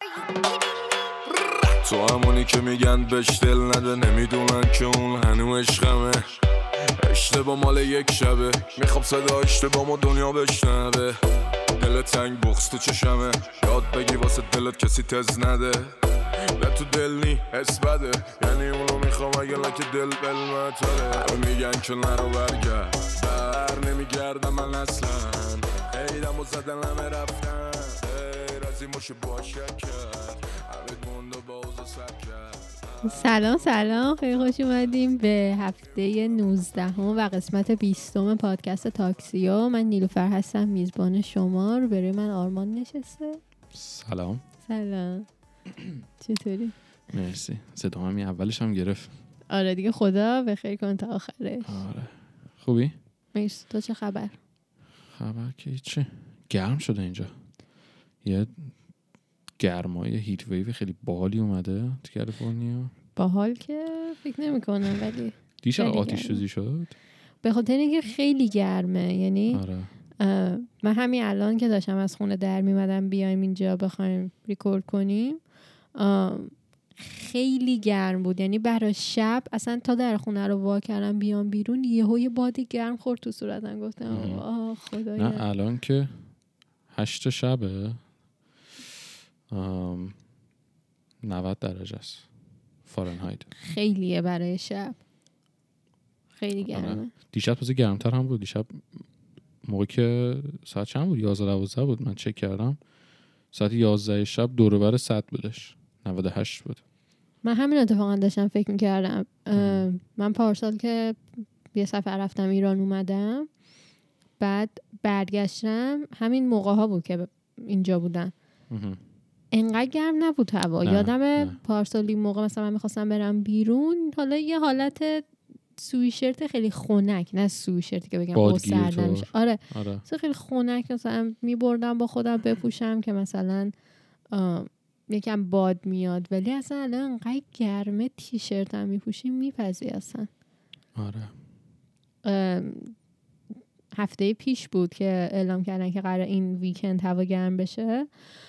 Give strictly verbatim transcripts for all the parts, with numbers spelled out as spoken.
تو همونی که میگن بهش دل نده، نمیدونن که اون هنو عشقمه. اشتباه مال یک شبه، میخوام صدا اشتباه ما دنیا بشنوه. دل تنگ بغض تو چشمه، یاد بگی واسه دلت کسی تز نده. نه تو دل نی حس بده، یعنی اونو میخوام اگه لکه دل بلمتره. همه میگن که نرو برگرد، بر نمیگردم من اصلا. ایدم و زدن همه رفتن، ایر از این باشه باشه کرد. همه گنده باز و سر کرد. سلام سلام، خیلی خوش اومدیم به هفته نوزدهم و قسمت بیستم پادکست تاکسیو. من نیلوفر هستم، میزبان شما. رو برای من آرمان نشسته. سلام. سلام. چطوری؟ مرسی. صدا همی اولش هم گرفت. آره دیگه، خدا به خیر کن تا آخرش. آره. خوبی؟ مرسی. تو چه خبر؟ خبر که چه؟ گرم شده اینجا. یه گرمای هیت ویو خیلی باحالی اومده تو کالیفرنیا. باحال که فکر نمی کنم، ولی دیشب آتش سوزی شد به خاطر اینکه خیلی گرمه. یعنی آره. من همین الان که داشتم از خونه در میمدم بیایم اینجا بخوایم ریکورد کنیم، خیلی گرم بود. یعنی برای شب اصلا تا در خونه رو وا کردم بیام بیرون، یهو یه بادی گرم خورد تو صورتم. گفتم آه خدایا. نه الان که هشت شبه نود درجه است فارنهایت. خیلیه برای شب، خیلی گرمه. آره. دیشب پس گرمتر هم بود. دیشب موقع که ساعت چند بود؟ یازده دوازده بود. من چک کردم ساعت یازده شب دور و بر صد بودش، نود و هشت بود. من همین اتفاقا داشتم فکر میکردم. من پارسال که یه سفر رفتم ایران اومدم، بعد برگشتم همین موقع ها بود که اینجا بودن. انقدر گرم نبود هوا. یادمه پارسالی موقع مثلا من میخواستم برم بیرون، حالا یه حالت سویشرت خیلی خنک، نه سویشرتی که بگم با سرد نمیشه. آره, آره. خیلی خنک مثلا میبردم با خودم بپوشم که مثلا یکم باد میاد، ولی اصلا الان انقدر گرمه تیشرت هم میپوشیم میپزی اصلا. آره. هفته پیش بود که اعلام کردن که قرار این ویکند هوا گرم بشه.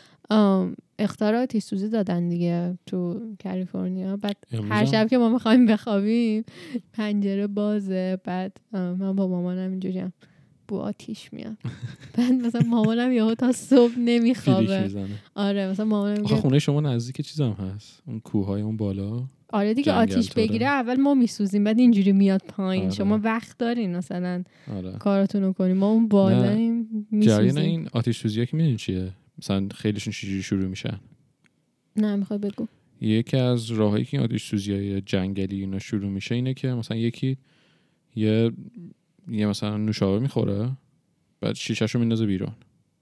اخطار آتش سوزی دادن دیگه تو کالیفرنیا. بعد هر شب که ما میخوایم بخوابیم پنجره بازه. بعد من با مامانم اینجوریم بو آتیش میاد. بعد مثلا مامانم یهو تا صبح نمیخوابه. آره مثلا مامانم آخه خونه شما نزدیک چیز هم هست، اون کوههای اون بالا. آره دیگه، آتیش بگیره اول ما میسوزیم، بعد اینجوری میاد پایین. آره. شما وقت دارین مثلا آره. کاراتون رو کنین، ما اون بالاییم میسوزیم. جریان این آتش سوزی‌ها که میدونی چیه؟ مثلا خیلیشون چجوری شروع میشن؟ نه میخوای بگو. یکی از راهایی که این آتش سوزی‌های جنگلی اینا شروع میشه اینه که مثلا یکی یه یه مثلا نوشابه میخوره، بعد شیشه‌شو میندازه بیرون.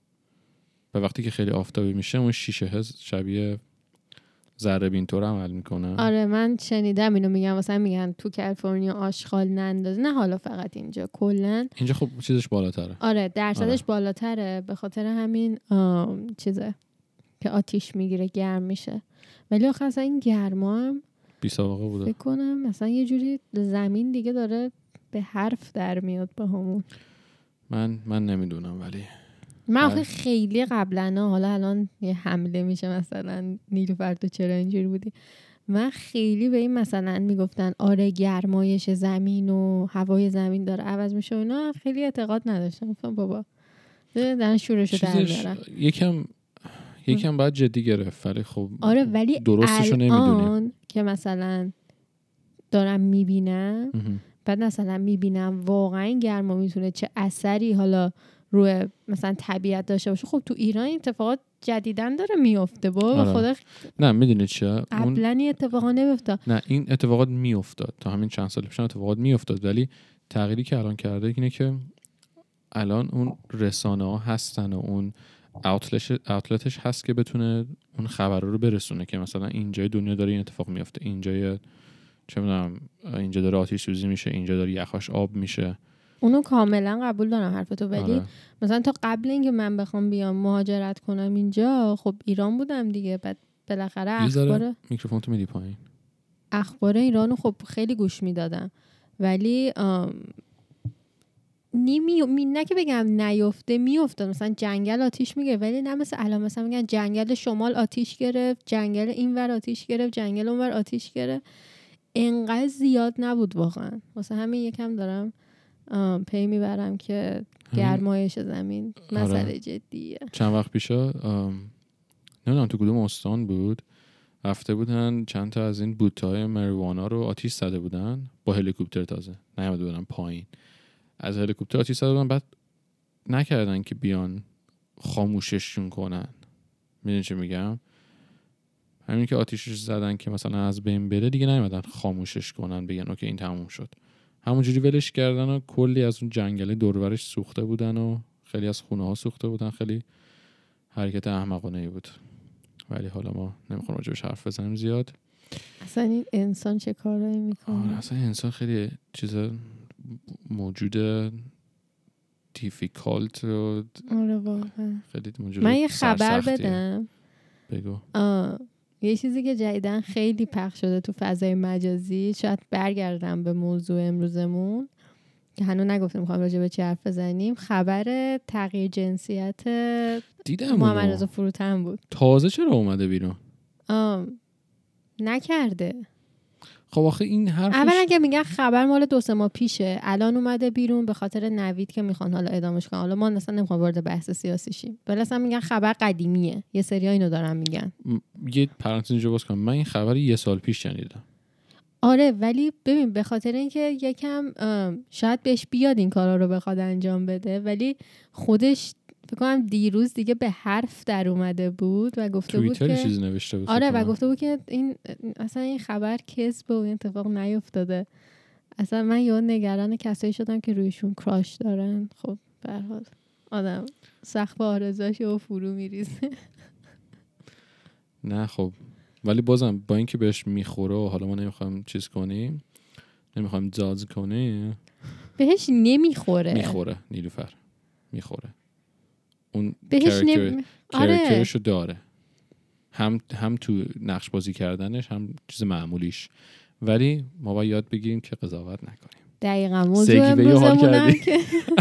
و وقتی که خیلی آفتابی میشه اون شیشه شبیه ذره بین طور عمل میکنه. آره من شنیدم اینو. میگم مثلا میگن تو کالیفرنیا آشغال نندازه. نه حالا فقط اینجا، کلا اینجا خب چیزش بالاتره. آره درصدش آره. بالاتره، به خاطر همین چیزه که آتیش میگیره، گرم میشه. ولی آخه اصلا این گرما هم بی سابقه بوده. فکر کنم مثلا یه جوری زمین دیگه داره به حرف در میاد با همون. من من نمیدونم، ولی من آخه خیلی قبلا، حالا الان یه حمله میشه مثلا نیلوفر تو چرا اینجوری بودی، من خیلی به این مثلا میگفتن آره گرمایش زمین و هوای زمین داره عوض میشه و اینا، خیلی اعتقاد نداشتم. گفتم بابا دارن شورشو در میارن. یکم یکم باید جدی گرفت، ولی خب آره ولی درستشو نمیدونیم که مثلا دارم میبینم، بعد مثلا میبینم واقعا گرما میتونه چه اثری حالا روی مثلا طبیعت داشته باشه. خب تو ایران این اتفاقات جدیدن داره میفته با آره. خدا خ... نه میدونی چیه، قبلا این اتفاقا نمیافتاد. نه این اتفاقات میافتاد تا همین چند سال پیش اتفاقات میافتاد، ولی تغییری که الان کرده اینه که الان اون رسانه ها هستن و اون اوتلتش اوتلتش هست که بتونه اون خبر رو برسونه که مثلا اینجای دنیا داره این اتفاق میفته، اینجای چه میدونم اینجا داره آتش سوزی میشه، اینجا داره یخاش آب میشه. اونو کاملا قبول دارم حرفتو، ولی آره. مثلا تا قبل اینکه من بخوام بیام مهاجرت کنم اینجا، خب ایران بودم دیگه. بعد بالاخره اخبار میکروفون تو میدی پایین، اخبار ایرانو خب خیلی گوش میدادم، ولی نیمی می... نه که بگم نیفته، میفته. مثلا جنگل آتیش میگیره، ولی نه مثل الان مثلا میگن جنگل شمال آتیش گرفت، جنگل اینور آتیش گرفت، جنگل اونور آتیش گرفت. انقدر زیاد نبود واقعا. واسه همین یکم دارم پی میبرم که گرمایش زمین مسئله جدیه. چند وقت پیشا نمیدونم تو کدوم استان بود، رفته بودن چند تا از این بوته‌های مریوانا رو آتیش زده بودن با هلیکوپتر، تازه نیامده بودن پایین، از هلیکوپتر آتیش زده بودن، بعد نکردن که بیان خاموششون کنن. میدونی چه میگم؟ همین که آتیشش زدن که مثلا از بین بره، دیگه نیومدن خاموشش کنن بگن اوکی این تموم شد. همونجوری ولش کردن و کلی از اون جنگل دور و برش سوخته بودن و خیلی از خونه ها سوخته بودن. خیلی حرکت احمقانه ای بود. ولی حالا ما نمیخوام راجعش حرف بزنیم زیاد. اصلا این انسان چه کارایی میکنه؟ آره اصلا انسان خیلی چیز موجود دیفیکالت و آره واقعا خیلی موجود. من یه خبر سرسختیه. بدم. بگو. آه. یه چیزی که جدیدن خیلی پخش شده تو فضای مجازی، شاید برگردم به موضوع امروزمون که هنوز نگفتیم میخوایم راجع به چی حرف بزنیم. خبر تغییر جنسیت محمد رضا فروتن بود. تازه چرا اومده بیرون؟ آم. نکرده. خب آخه این حرفش، اولا که میگن خبر مال دو سه ماه پیشه، الان اومده بیرون به خاطر نوید که میخوان حالا ادامش کنن. حالا ما اصلا نمیخوام وارد بحث سیاسی شیم، ولی اصلا میگن خبر قدیمیه. یه سریا اینو دارن میگن. م... یه پرانتز اینجا باز کنم، من این خبر یه سال پیش شنیدم. آره ولی ببین به خاطر اینکه یکم شاید بهش بیاد این کارا رو بخواد انجام بده، ولی خودش فکر کنم دیروز دیگه به حرف در اومده بود و گفته بود که چیزی نوشته بود. آره و گفته بود که این اصلا این خبر کذبه و این اتفاق نیفتاده. اصلا من یه نگران کسایی شدم که رویشون کراش دارن. خب به هر حال آدم سقف آرزوش و فرو میریزه. نه خب ولی بازم با اینکه بهش میخوره و حالا ما نمیخوایم چیز کنیم، نمیخوایم جاز کنیم، بهش نمیخوره. میخوره نیلوفر میخوره. اون بهش نمی... کرکترشو داره، هم هم تو نقش بازی کردنش هم چیز معمولیش، ولی ما باید یاد بگیریم که قضاوت نکنیم. دقیقاً موضوع امروزمون که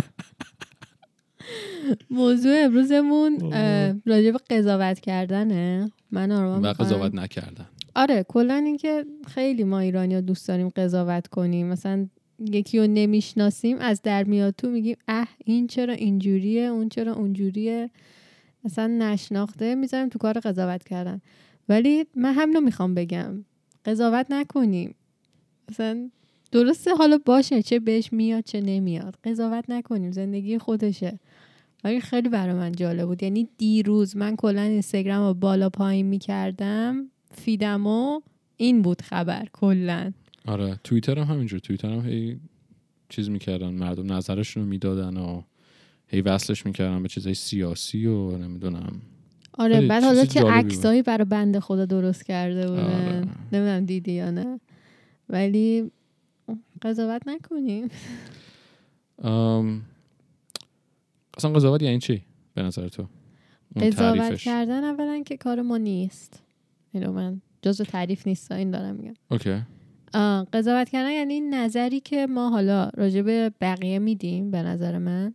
موضوع امروزمون راجع به قضاوت کردنه. من آرمان و قضاوت نکردن. آره کلا این که خیلی ما ایرانی‌ها دوست داریم قضاوت کنیم. مثلا یکی رو نمیشناسیم از در میاد تو میگیم اه این چرا اینجوریه، اون چرا اونجوریه، مثلا نشناخته میذاریم تو کار قضاوت کردن. ولی من همینو میخوام بگم، قضاوت نکنیم. مثلا درسته حالا باشه چه بهش میاد چه نمیاد، قضاوت نکنیم، زندگی خودشه. ولی خیلی برای من جالب بود. یعنی دیروز من کلا اینستاگرام رو بالا پایین میکردم، فیدمو این بود خبر کلا. آره توییتر هم همینجور، توییتر هم هی چیز میکردن، مردم نظرشون رو میدادن و هی وصلش میکردن به چیزای سیاسی و نمیدونم. آره بعد حالا چه عکسایی برای بنده خدا درست کرده بودن. آره. نمیدونم دیدی یا نه، ولی قضاوت نکنیم. ام... اصلا قضاوت یعنی چی به نظر تو؟ قضاوت کردن اولا که کار ما نیست، اینو من جزء تعریف نیست این دارم میگم. اوکی. قضاوت کردن یعنی نظری که ما حالا راجع به بقیه میدیم، به نظر من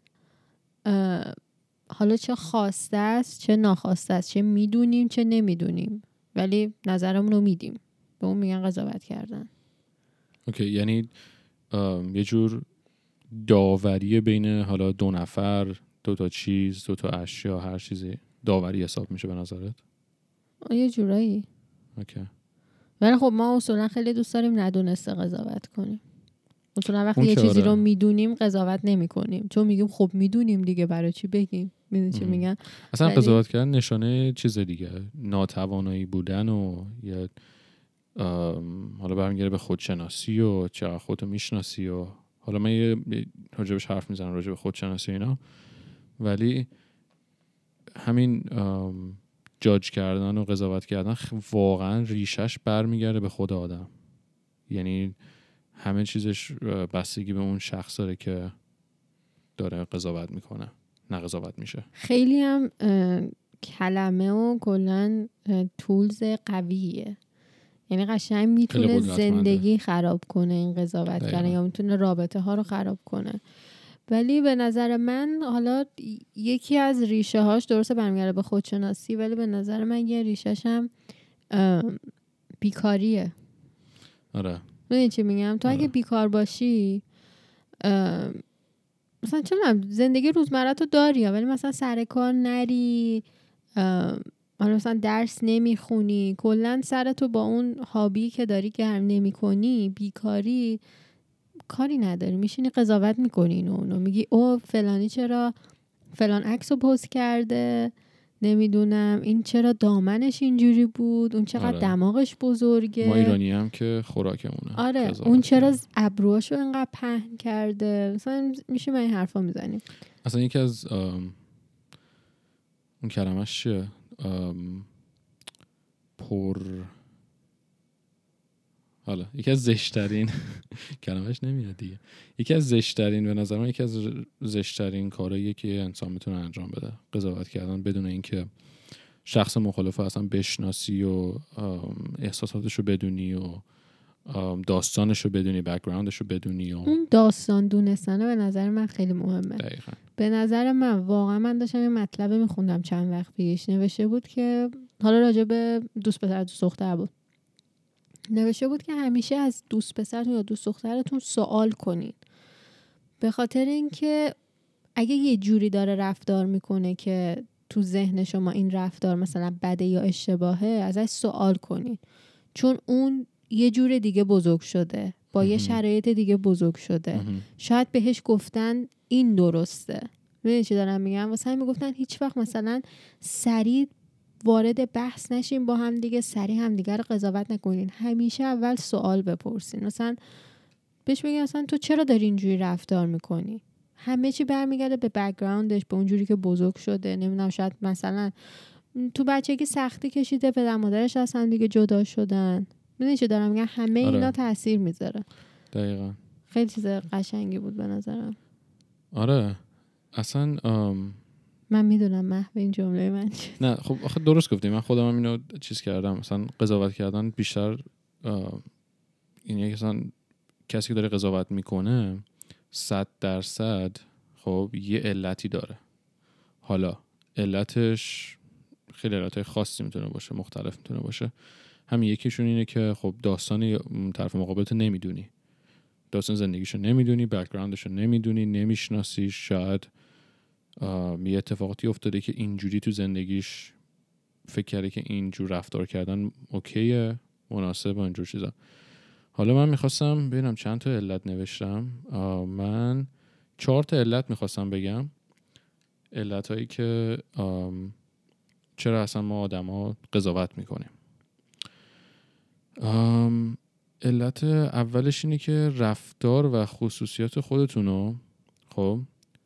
حالا چه خواسته است چه ناخواسته است، چه میدونیم چه نمیدونیم، ولی نظرمون رو میدیم، به اون میگن قضاوت کردن. اوکی یعنی یه جور داوری بین حالا دو نفر، دو تا چیز، دو تا اشیا، هر چیزی داوری حساب میشه به نظرت؟ یه جورایی. اوکی. ولی خب ما اصولا خیلی دوست داریم ندونسته قضاوت کنیم. اصولا وقتی یه چاره. چیزی رو میدونیم قضاوت نمی کنیم، چون میگیم خب میدونیم دیگه برای چی بگیم. میدونی چی میگن؟ اصلا ولی... قضاوت کردن نشانه چیز دیگه، ناتوانایی بودن و یا حالا برمیگره به خودشناسی و چقدر خودتو میشناسی و حالا من یه راجبش حرف میزنم راجب خودشناسی اینا، ولی همین جاج کردن و قضاوت کردن واقعا ریشش برمیگرده به خود آدم. یعنی همه چیزش بستگی به اون شخص داره که داره قضاوت میکنه، نه قضاوت میشه. خیلی هم کلمه و کلن تولز قویه، یعنی قشنگ میتونه زندگی خراب کنه این قضاوت کردن، یا میتونه رابطه ها رو خراب کنه. ولی به نظر من حالا یکی از ریشه هاش درسته برمیگرده به خودشناسی، ولی به نظر من یه ریشه‌ش هم بیکاریه. آره میدونی چی میگم؟ تو اگه بیکار باشی مثلا چه می‌دونم زندگی روزمره تو داری ولی مثلا سر کار نری، حالا مثلا درس نمیخونی، کلا سر تو با اون هابی که داری گرم نمی‌کنی، بیکاری، کاری نداری، میشینی قضاوت میکنی اینو اونو، میگی او فلانی چرا فلان عکسو پست کرده، نمیدونم این چرا دامنش اینجوری بود، اون چقدر آره. دماغش بزرگه، ما ایرانی هم که خوراکمونه. آره اون چرا ابروهاشو اینقدر پهن کرده، مثلا میشه من این حرفا میزنیم. اصلا یکی از اون کلمش چیه، پر حالا یکی از زشترین کلمش نمیاد دیگه، یکی از زشترین به نظر من یکی از زشترین کارهاییه که انسان میتونه انجام بده، قضاوت کردن بدون اینکه شخص مخالف اصلا بشناسی و احساساتش رو بدونی و داستانش رو بدونی، بک‌گراندش رو بدونی. و اون داستان دونستنه به نظر من خیلی مهمه. دقیقاً. به نظر من واقعا من داشتم این مطلب میخوندم چند وقت پیش، نوشته بود که حالا راجع به دوست پسر دوست دختر بود، نوشته بود که همیشه از دوست پسرتون یا دوست دخترتون سوال کنین، به خاطر اینکه اگه یه جوری داره رفتار میکنه که تو ذهن شما این رفتار مثلا بده یا اشتباهه، ازش سوال کنین، چون اون یه جور دیگه بزرگ شده، با یه شرایط دیگه بزرگ شده، شاید بهش گفتن این درسته. میدونی چی دارم میگم؟ واسه همین میگفتن هیچ وقت مثلا سریع وارد بحث نشین با هم دیگه، سریع هم دیگه رو قضاوت نکنین، همیشه اول سوال بپرسین. مثلا بهش بگین مثلا تو چرا داری اینجوری رفتار میکنی؟ همه چی برمیگرده به بک‌گراندش، به اونجوری که بزرگ شده. نمیدونم شاید مثلا تو بچگی سختی کشیده، پدر مادرش از هم دیگه جدا شدن. میدونی چی دارم میگم؟ همه آره. اینا تاثیر میذاره. دقیقاً. خیلی چیز قشنگی بود به نظرم. آره اصلا آم... من میدونم محو این جمله من چیه. نه خب آخه درست گفتی، من خودم هم اینو چیز کردم، مثلا قضاوت کردن بیشتر اینه که مثلا کسی که داره قضاوت میکنه صد درصد خب یه علتی داره، حالا علتش خیلی علتهای خاصی میتونه باشه، مختلف میتونه باشه. همین یکیشون اینه که خب داستان طرف مقابلت نمیدونی، داستان زندگیشو نمیدونی، بک‌گراندشو نمیدونی، نمیشناسی، شاید یه اتفاقاتی افتاده که اینجوری تو زندگیش فکر کرده که اینجور رفتار کردن اوکیه، مناسبه اینجور چیزا. حالا من میخواستم ببینم چند تا علت نوشتم، من چهار تا علت میخواستم بگم، علت هایی که چرا اصلا ما آدم ها قضاوت میکنیم. علت اولش اینه که رفتار و خصوصیات خودتونو خب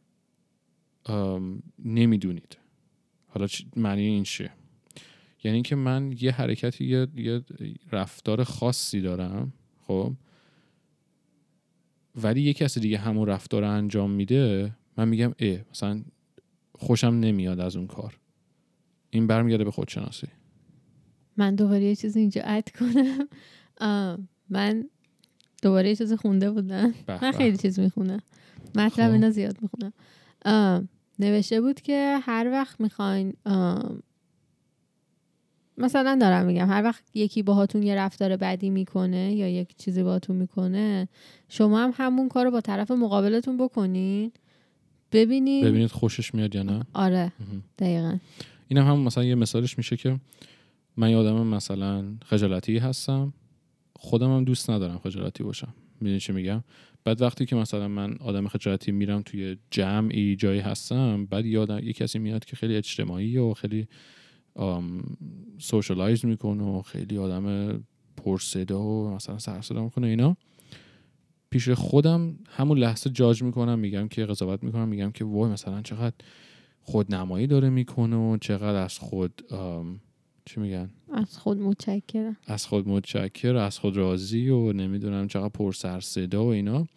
نمیدونید. حالا معنی این چیه؟ یعنی که من یه حرکتی یه, یه رفتار خاصی دارم خب، ولی یه کسی دیگه همون رفتار رو انجام میده، من میگم اه مثلا خوشم نمیاد از اون کار. این برمیگرده به خودشناسی. من دوباره یه چیز اینجا اد کنم. من دوباره یه چیز خونده بودم. من خیلی چیز میخونم، مطلب اینا زیاد میخونم. نوشته بود که هر وقت میخواین مثلا دارم میگم هر وقت یکی باهاتون یه رفتار بدی میکنه یا یک چیزی باهاتون میکنه، شما هم همون کارو با طرف مقابلتون بکنین، ببینید ببینید خوشش میاد یا نه. آره دقیقاً. اینم هم, هم مثلا یه مثالش میشه که من یه آدم مثلا خجالتی هستم، خودم هم دوست ندارم خجالتی باشم. میدونی چی میگم؟ بعد وقتی که مثلا من آدم خجالتی میرم توی جمعی جایی هستم، بعد یادم یه کسی میاد که خیلی اجتماعی و خیلی سوشالایز میکنه و خیلی آدم پرصدا و مثلا سر صدا میکنه، اینا پیش خودم همون لحظه جاج میکنم، میگم که قضاوت میکنم، میگم که وای مثلا چقدر خودنمایی داره میکنه و چقدر از خود چی میگن؟ از خود متشکر از خود متشکر از خود راضی و نمیدونم چقدر پر سر صدا و اینا.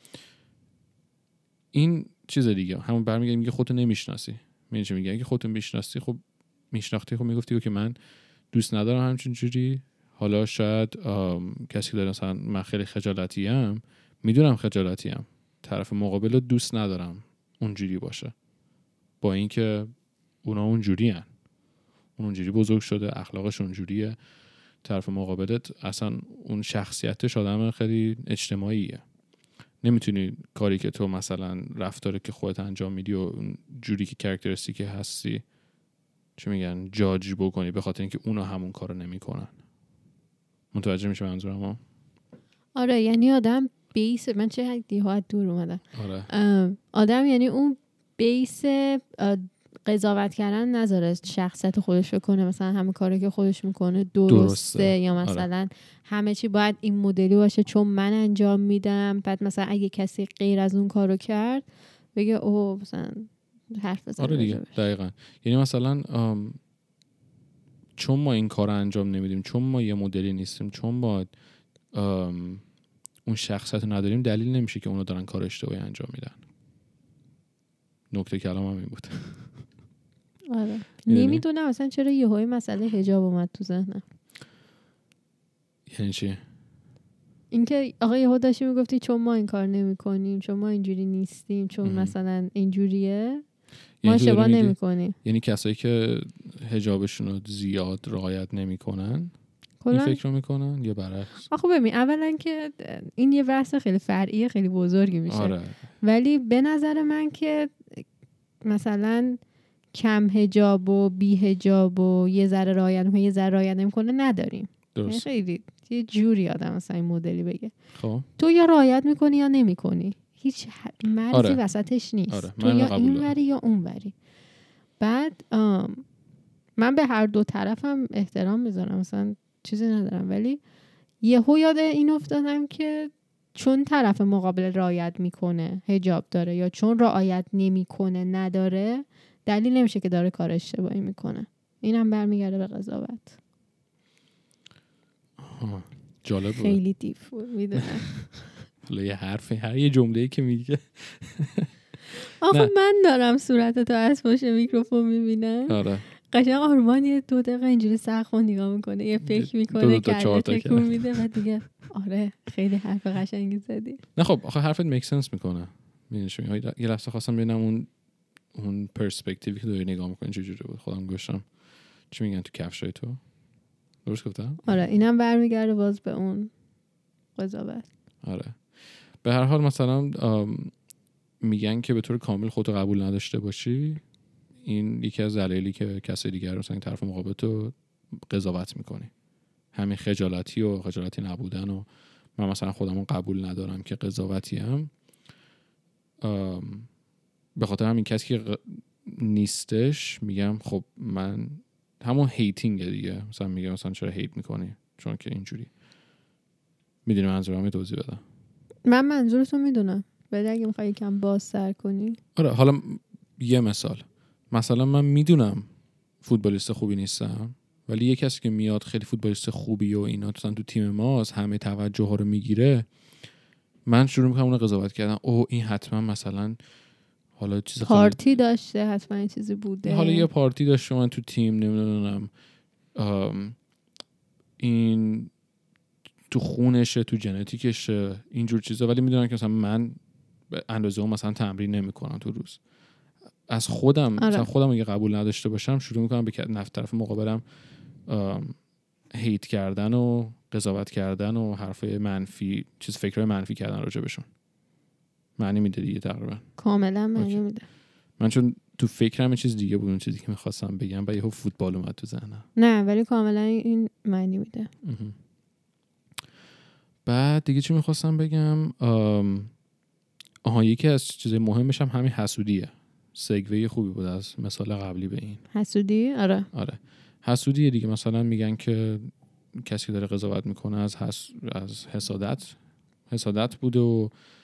این چیز دیگه همون برمیگه میگه خودت نمیشناسی. میگه چی میگه؟ اگه خودت میشناسی خب میشناختی خب میگفتی که من دوست ندارم همچین جوری. حالا شاید کسی که داره مثلا من خیلی خجالتی ام، میدونم خجالتی ام، طرف مقابل رو دوست ندارم، اونجوری باشه، با اینکه اونا اونجوری هن. اون اونجوری بزرگ شده، اخلاقش اونجوریه، طرف مقابلت اصلا اون شخصیتش آدم خیلی اجتماعیه. نمیتونی کاری که تو مثلا رفتاری که خودت انجام میدی و اون جوری که کاراکتریستیک هستی چه میگن جاج بکنی به خاطر اینکه اونا همون کارو نمیکنن. متوجه میشه منظورم؟ آره یعنی آدم بیس، من چه حدی ها دور اومدم. آره. آدم یعنی اون بیس قضاوت کردن نذاره شخصیت خودش بکنه مثلا همه کاری که خودش میکنه درسته, درسته. یا مثلا آره. همه چی باید این مدلی باشه چون من انجام میدم، بعد مثلا اگه کسی غیر از اون کارو کرد بگه اوه مثلا حرف بزنه. آره دیگه دقیقاً. یعنی مثلا چون ما این کارو انجام نمیدیم، چون ما یه مدلی نیستیم، چون ما اون شخصیت رو نداریم، دلیل نمیشه که اونا دارن کار اشتباهی انجام میدن. نکته کلامم این بود. آره نمیدونم مثلا چرا یهویی مسئله حجاب اومد تو ذهنم. یعنی چی؟ اینکه آقا یهو داشتی میگفتی چون ما این کار نمیکنیم، چون ما اینجوری نیستیم، چون ام. مثلا اینجوریه ما اشتباه نمیکنیم. یعنی کسایی که حجابشون رو زیاد رعایت نمیکنن این فکر رو میکنن یا برعکس؟ آخه ببین اولا که این یه بحث خیلی فرعیه، خیلی بزرگی میشه. آره. ولی به نظر من که مثلا کم حجاب و بی حجاب و یه ذره رعایت میکنه یه ذره رعایت نمیکنه نداریم. درست. خیلی یه جوری آدم مثلا این مدلی بگه خب تو یا رعایت میکنی یا نمیکنی، هیچ مرزی آره. وسطش نیست. آره. تو یا این وری یا اون وری. بعد من به هر دو طرفم احترام میذارم، مثلا چیزی ندارم، ولی یهو یاد این افتادم که چون طرف مقابل رعایت میکنه حجاب داره یا چون رعایت نمیکنه نداره، دلیل نمیشه که داره کار اشتباهی میکنه. اینم برمیگرده به قضاوت. جالب بود. خیلی دیپ بود میدونم. حالا یه حرفی هر یه جمله‌ای که میگه آخه من دارم صورتتو از پشت میکروفون میبینم. آره. قشنگ آرمان یه دو دقیقه اینجوری سقفو نگاه میکنه، یه فکر میکنه، کله تکون میده و دیگه آره خیلی حرف قشنگی زدی. نه خب آخه حرفت میک سنس میکنه. میدونی یه لحظه خواستم ببینم اون اون پرسپکتیوی که داری نگاه میکنی چه جوری بود. خودم گوشم چی میگن تو کفشای تو؟ درست گفتم؟ آره اینم برمیگرده باز به اون قضاوت. آره به هر حال مثلا میگن که به طور کامل خودت قبول نداشته باشی، این یکی از دلایلی که کسی دیگر مثلا این طرف مقابل تو قضاوت میکنی. همین خجالتی و خجالتی نبودن و من مثلا خودمون قبول ندارم که قضاوتی هم به خاطر همین کسی که غ... نیستش میگم خب من همون هیتینگ دیگه، مثلا میگم مثلا چرا هیت میکنی چون که اینجوری. میدونی منظورم رو توضیح بدم؟ من منظورتو میدونم ولی اگه میخوای یکم بازتر کنی. آره حالا یه مثال، مثلا من میدونم فوتبالیست خوبی نیستم ولی یه کسی که میاد خیلی فوتبالیست خوبی و اینا تو تو تیم ماست، همه توجه ها رو میگیره، من شروع میکنم اون رو قضاوت کردن. او این حتما مثلا حالا چیز پارتی خیلی... داشته، حتما این چیزی بوده، حالا یه پارتی داشته من تو تیم نمیدونم این تو خونشه تو ژنتیکشه اینجور چیزا، ولی میدونم که مثلا من به اندازه اون مثلا تمرین نمیکنم تو روز. از خودم آره. مثلا خودم اگه قبول نداشته باشم شروع میکنم به نفت طرف مقابلم هیت کردن و قضاوت کردن و حرفای منفی، چیز فکرای منفی کردن راجع بهشون. معنی میده دیگه تقریبا. کاملا معنی میده. من چون تو فکرم یه چیز دیگه بود اون چیزی که میخواستم بگم و یهو فوتبال اومد تو ذهنم. نه ولی کاملا این معنی میده. بعد دیگه چی میخواستم بگم؟ آها یکی از چیزای مهمش هم همین حسودیه. سگوی خوبی بود از مثال قبلی به این. حسودی؟ آره. آره. حسودیه دیگه. مثلا میگن که کسی که داره قضاوت میکنه از حس... از حسادت حسادت بود و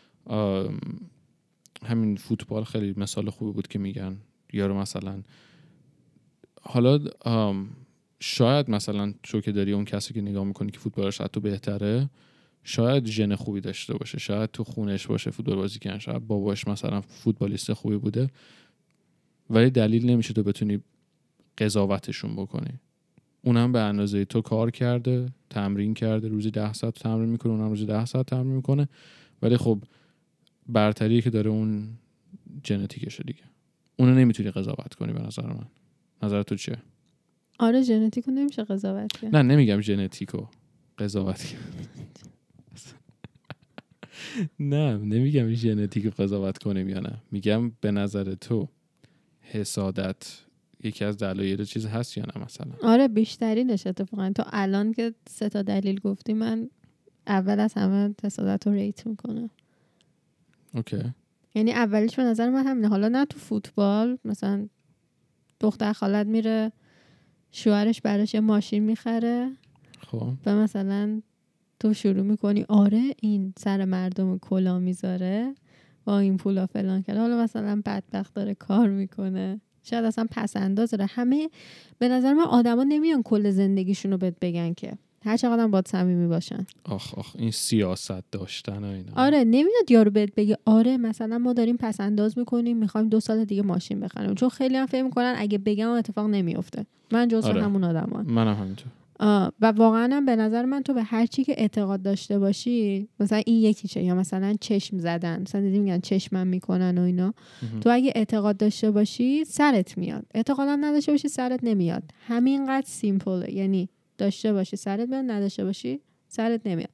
همین فوتبال خیلی مثال خوبی بود که میگن یارو مثلا حالا شاید مثلا تو که داری اون کسی که نگاه میکنی که فوتبالش از تو بهتره، شاید ژن خوبی داشته باشه، شاید تو خونش باشه فوتبال بازی کنه، شاید باباش مثلا فوتبالیست خوبی بوده، ولی دلیل نمیشه تو بتونی قضاوتشون بکنی. اونم به اندازه تو کار کرده، تمرین کرده، روزی ده ساعت تمرین میکنه، اونم روزی ده ساعت تمرین میکنه، ولی خب برتری که داره اون ژنتیکشه دیگه. اونو نمیتونی قضاوت کنی به نظر من. نظر تو چیه؟ آره ژنتیکو نمیشه قضاوت کرد. نه نمیگم ژنتیکو قضاوت کرد. نه نمیگم ژنتیکو قضاوت کنیم یا نه. میگم به نظر تو حسادت یکی از دلایل چیز هست یا نه مثلا؟ آره بیشترینش اتفاقا. تو الان که سه تا دلیل گفتی من اول از همه حسادت رو ریت میکنم. اوکی. یعنی اولیش به نظر من همینه. حالا نه تو فوتبال مثلا دختر خالت میره شوهرش براش یه ماشین میخره خب و مثلا تو شروع میکنی آره این سر مردم کلا میذاره با این پولا فلان کرده، حالا مثلا بدبخت داره کار میکنه، شاید اصلا پس انداز داره. همه به نظر من آدما نمیان کل زندگیشون رو بهت بگن که هر چقدر هم باهات صمیمی باشن. آخ آخ این سیاست داشتن و اینا. آره نمیاد یارو بهت بگه آره مثلا ما داریم پس انداز میکنیم میخوایم دو سال دیگه ماشین بخریم، چون خیلی هم فکر میکنن اگه بگم اتفاق نمیفته. من جزو آره. همون آدمام. منم همینطور. و واقعا هم به نظر من تو به هر چی که اعتقاد داشته باشی، مثلا این یکیشه، یا مثلا چشم زدن، مثلا دیدی میگن چشمم میکنن و اینا، تو اگه اعتقاد داشته باشی سرت میاد، اعتقادم نداشته باشی سرت نمیاد. همینقدر سیمپله. یعنی داشته باشی سرت میاد، نداشته باشی سرت نمیاد.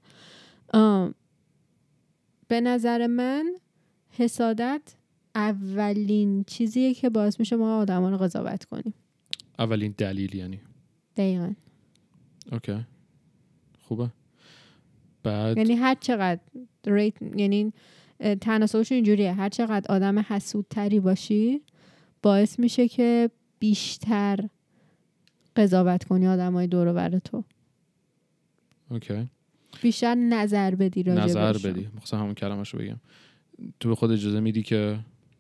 به نظر من حسادت اولین چیزیه که باعث میشه ما آدما رو قضاوت کنیم. اولین دلیل یعنی. دقیقاً. اوکی. خوبه. بعد یعنی هر چقدر ریت، یعنی تناسبش اینجوریه، هر چقدر آدم حسودتری باشی باعث میشه که بیشتر قضاوت کنی آدمای دور و بر تو. اوکی. بیشتر نظر بدی راجع بهشون. نظر بدی. مثلا همون کلمه‌شو بگم. تو به خود اجازه میدی که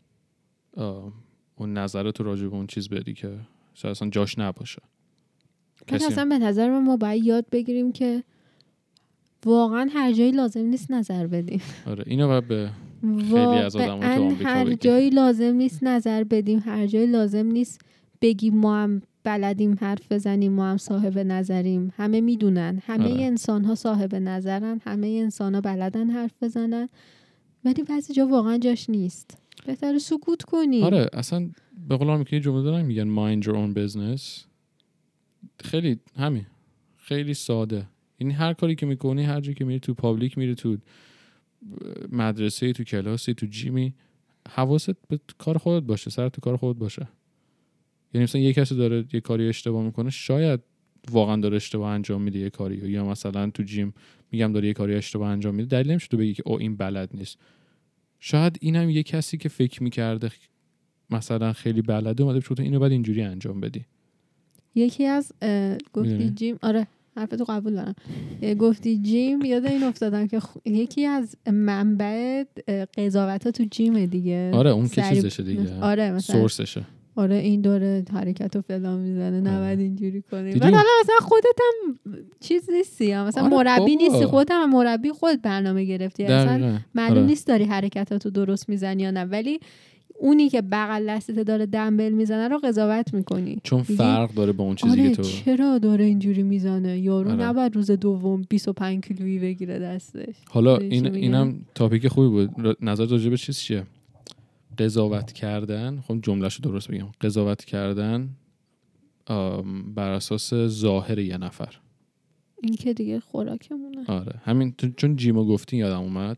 اون نظرت رو راجع به اون چیز بدی که شاید اصلا جاش نباشه. کسی اصلا به نظر من ما باید یاد بگیریم که واقعا هر جایی لازم نیست نظر بدیم. آره اینو باید به خیلی از آدم‌ها تو آمریکا هر بگیم. جایی لازم نیست نظر بدیم، هر جایی لازم نیست بگیم ما هم بلدیم حرف بزنیم، ما هم صاحب نظریم. همه میدونن همه آره. انسان‌ها صاحب نظرن، همه انسان‌ها بلدن حرف بزنن، ولی بعضی جا واقعا جاش نیست. بهتره سکوت کنی. آره اصلا به قول آمریکایی جمله دارن میگن mind your own business. خیلی همین خیلی ساده. یعنی هر کاری که میکنی، هر جایی که میری، تو پابلیک میری، تو مدرسه، تو کلاسی، تو جیمی، حواست به کار خودت باشه، سر تو کار خودت باشه. یعنی مثلا یه کسی داره یه کاری اشتباه میکنه، شاید واقعا داره اشتباه انجام میده یه کاری، یا مثلا تو جیم میگم داره یه کاری اشتباه انجام میده، دلیل نمیشه تو بگی که او این بلد نیست. شاید اینم یه کسی که فکر میکرده مثلا خیلی بلده اومده بهش اینو بعد اینجوری انجام بدی. یکی از گفتی میدونی؟ جیم، آره حرفتو قبول دارم. گفتی جیم، یاد این افتادم که خ... یکی از منبع قضاوت تو جیمه دیگه. آره اون که سری... چیزشه دیگه. آره مثلا سورسشه. آره این داره حرکت و فلان میزنه، نباید اینجوری کنی. بعد اون... حالا مثلا خودت هم چیز نیستی، مثلا آره مربی بابا. نیستی، خودت هم مربی خودت برنامه گرفتی، اصلا معلوم آره. نیست داری حرکتاتو درست میزنی یا نه، ولی اونی که بغل دستت داره دمبل میزنه رو قضاوت میکنی، چون فرق داره با اون چیزی آره که تو چرا داره اینجوری میزنه، یارو آره. نباید روز دوم بیست و پنج کیلویی بگیره دستش. حالا این اینم تاپیک خوبی بود. نظر راجع به چیز چیه؟ قضاوت کردن، خب جمله‌شو درست بگم، قضاوت کردن بر اساس ظاهر یه نفر، این که دیگه خوراکمونه. آره همین. چون جیمو گفتین یادم اومد،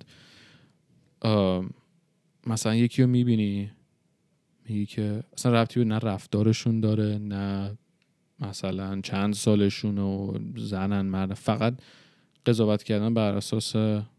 مثلا یکی رو میبینی میگی که اصلا ربطی به نه رفتارشون داره نه مثلا چند سالشون و زنن مرد، فقط قضاوت کردن بر اساس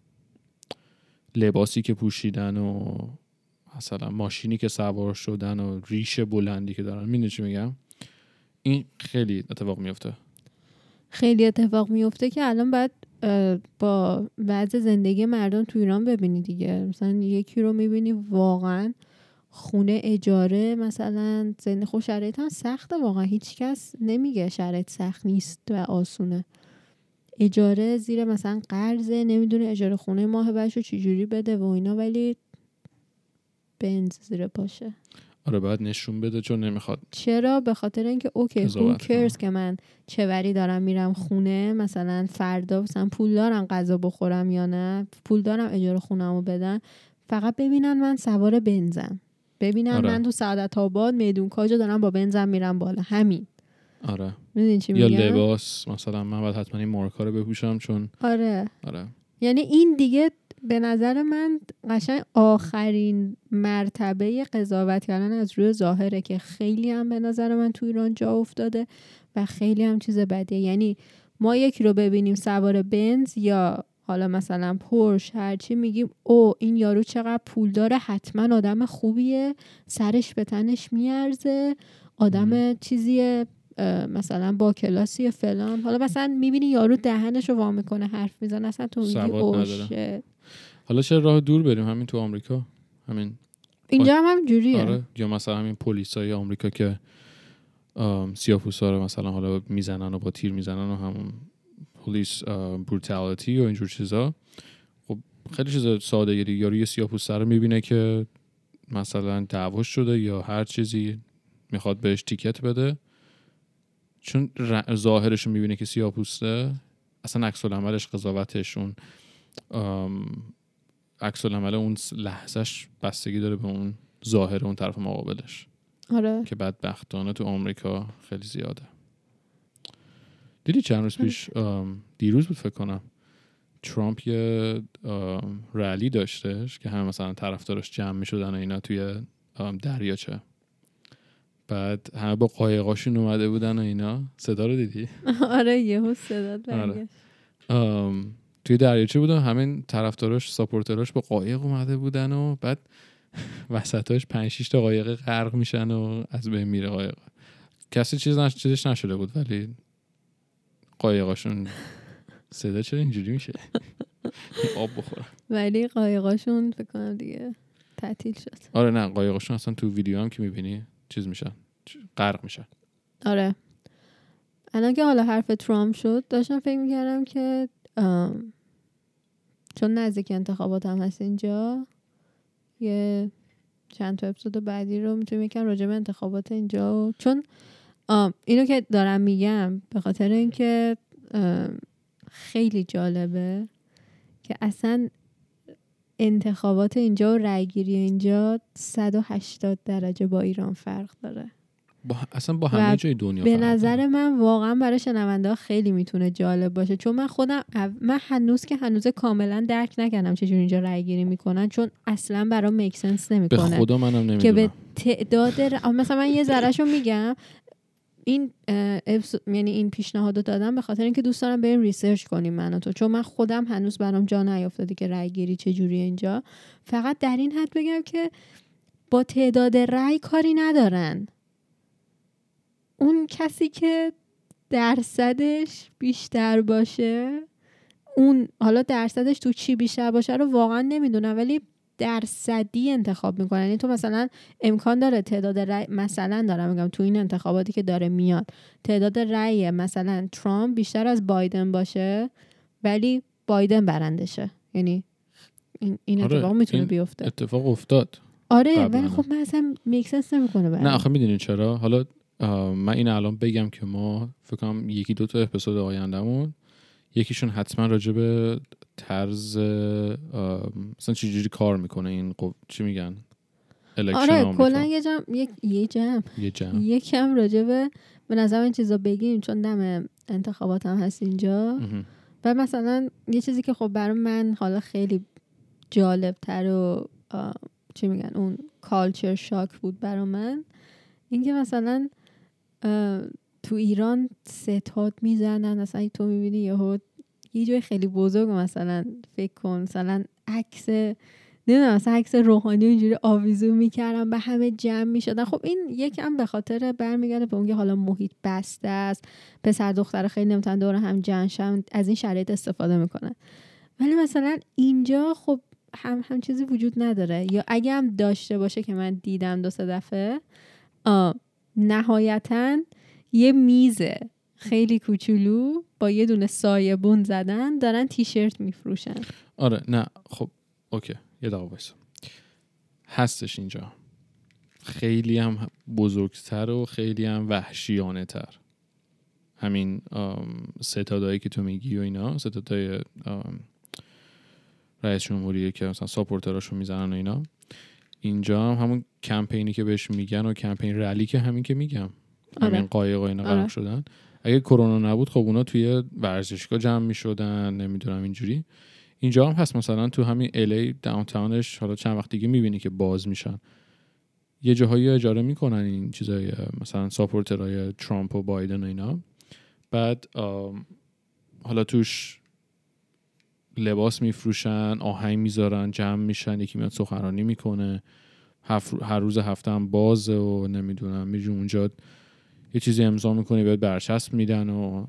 لباسی که پوشیدن و مثلا ماشینی که سوار شدن و ریش بلندی که دارن. میدونی چی میگم؟ این خیلی اتفاق میفته. خیلی اتفاق میفته که الان باید با وضع زندگی مردم تو ایران ببینی دیگه. مثلا یکی رو میبینی واقعا خونه اجاره، مثلا زندگی خوش، شرایط هم سخته واقعا، هیچ کس نمیگه شرایط سخت نیست و آسونه. اجاره زیر مثلا قرضه، نمیدونه اجاره خونه ماه بعدشو چجوری بده و اینا، ولی بنز زیر پاشه. آره باید نشون بده چون نمیخواد. چرا؟ به خاطر اینکه اوکی who cares که من چه وری دارم میرم خونه، مثلا فردا مثلا پول دارم غذا بخورم یا نه، پول دارم اجاره خونه‌مو بدن، فقط ببینن من سوار بنزم. ببینن آره. من تو سعادت آباد میدون کاجو دارم با بنزم میرم بالا، همین. آره میدونی چی یا میگم؟ لباس مثلا من باید حتما این مارکا رو بپوشم چون آره آره یعنی این دیگه به نظر من قشنگ آخرین مرتبه قضاوت کردن از روی ظاهره که خیلی هم به نظر من تو ایران جا افتاده و خیلی هم چیز بدیه. یعنی ما یکی رو ببینیم سوار بنز یا حالا مثلا پورش هرچی، میگیم او این یارو چقدر پول داره، حتما آدم خوبیه، سرش به تنش میارزه، آدم ام. چیزیه مثلا با کلاسی فلان. حالا مثلا میبینی یارو دهنش رو وا میکنه حرف میزنه، اصلا تو میگی سواد اوشه. حالا چه راه دور بریم همین تو آمریکا، همین اینجا هم هم جوریه. آره یا مثلا همین پلیسای آمریکا که سیاه‌پوستا رو مثلا حالا میزنن و با تیر میزنن و همون پلیس بروتالیتی و اینجور چیزا. خب خیلی چیز ساده گیری، یارو یه سیاه‌پوست رو میبینه که مثلا دعواش شده یا هر چیزی میخواد بهش تیکت بده، چون ظاهرش رو میبینه که سیاه‌پوسته، اصلا عکس العملش، قضاوتش، اون عکس العمل اون لحظهش بستگی داره به اون ظاهر اون طرف مقابلش. آره که بدبختانه تو آمریکا خیلی زیاده. دیدی چند روز پیش دیروز بود فکر کنم ترامپ یه رلی داشتش که هم مثلا طرفدارش جمع میشدن و اینا توی دریاچه، بعد همه با قایقاشون اومده بودن و اینا. صدا رو دیدی؟ آره یهو صدا برگشت. توی دریاچه بودن، همین طرفداراش ساپورتراش با قایق اومده بودن و بعد وسطاش پنج شش تا قایق غرق میشن و از بین میره قایق. کسی چیز نش... چیزش نشده بود ولی قایقاشون صدا چرا اینجوری میشه؟ آب بخورم. ولی قایقاشون فکر کنم دیگه تعطیل شد. آره نه قایقاشون اصلا تو ویدیو هم که میبینی چیز میشن، غرق میشن. آره الان که حالا حرف ترامپ شد داشتم فکر میکردم که چون نزدیک انتخابات هم هست اینجا، یه چند تا اپیزود بعدی رو میتونیم یکم راجع به انتخابات اینجا و چون اینو که دارم میگم به خاطر اینکه خیلی جالبه که اصلا انتخابات اینجا و رأیگیری اینجا صد و هشتاد درجه با ایران فرق داره. با اصلا با همه جای دنیا به نظر من واقعا برای شنونده ها خیلی میتونه جالب باشه، چون من خودم من هنوز که هنوز کاملا درک نکردم چجوری اینجا رای گیری میکنن، چون اصلا برام میک سنس نمیکنه. به خدا منم نمیدونم که به تعداد ر... مثلا من یه ذرهشو میگم این افس... یعنی این پیشنهادو دادم به خاطر اینکه دوست دارم بریم ریسرچ کنیم من و تو، چون من خودم هنوز برام جا نیافتاده که رای گیری چجوریه اینجا. فقط در این حد بگم که با تعداد رای کاری ندارن. اون کسی که درصدش بیشتر باشه، اون حالا درصدش تو چی بیشتر باشه رو واقعا نمیدونم، ولی درصدی انتخاب میکنن. یعنی تو مثلا امکان داره تعداد رأی، مثلا دارم میگم تو این انتخاباتی که داره میاد تعداد رأی مثلا ترامپ بیشتر از بایدن باشه ولی بایدن برندشه. یعنی این این آره اتفاق میتونه این بیفته. اتفاق افتاد. آره ولی خب من اصلا میک سنس نمیکنه برام. نه آخه میدونین چرا؟ حالا من این الان بگم که ما فکر کنم یکی دو تا اپیزود آیندهمون یکیشون حتما راجع به طرز مثلا چجوری کار میکنه این قو... چی میگن الکشن آره آمریکا. کلا یه جمع یک یه جمع یه جمع یکم راجع به به نظر این چیزا بگیم، چون دم انتخابات هم هست اینجا. و مثلا یه چیزی که خب برای من حالا خیلی جالب تر و چی میگن اون کالچر شاک بود برای من، اینکه مثلا تو ایران ستاد میزنن، مثلا تو میبینی یهو یه جای خیلی بزرگ مثلا فکر کن مثلا عکس نمیدونم مثلا عکس روحانی اینجوری آویزون میکردن به همه جمع میشدن. خب این یکم به خاطر برمیگرده به اون که حالا محیط بسته است، پسر دختر خیلی نمیتونن دور هم جمع شن، از این شرایط استفاده میکنن. ولی مثلا اینجا خب هم هم چیزی وجود نداره، یا اگه هم داشته باشه که من دیدم دو سه دفعه نهایتاً یه میزه خیلی کوچولو با یه دونه سایبون زدن دارن تیشرت میفروشن. آره نه خب اوکی یه دقیقه وایسا، هستش اینجا خیلی هم بزرگتر و خیلی هم وحشیانه تر. همین ستادایی که تو میگی و اینا، ستادای رئیس جمهوریه که مثلا ساپورتراشو میزنن و اینا، اینجا هم همون کمپینی که بهش میگن و کمپین رلی که همین که میگم آره. همین قایق و اینا آره. غرق شدن. اگه کرونا نبود خب اونا توی ورزشگاه جمع میشدن، نمیدونم اینجوری. اینجا هم هست مثلا تو همین الی داونتاونش حالا چند وقت دیگه میبینی که باز میشن، یه جاهایی اجاره میکنن این چیزای مثلا ساپورترهای ترامپ و بایدن و اینا، بعد حالا توش لباس میفروشن، آهنگ میذارن، جمع میشن، یکی میاد سخنرانی میکنه، هر روز هفته هم بازه و نمیدونم میری اونجا یه چیزی امضا میکنی بهت برچسب میدن و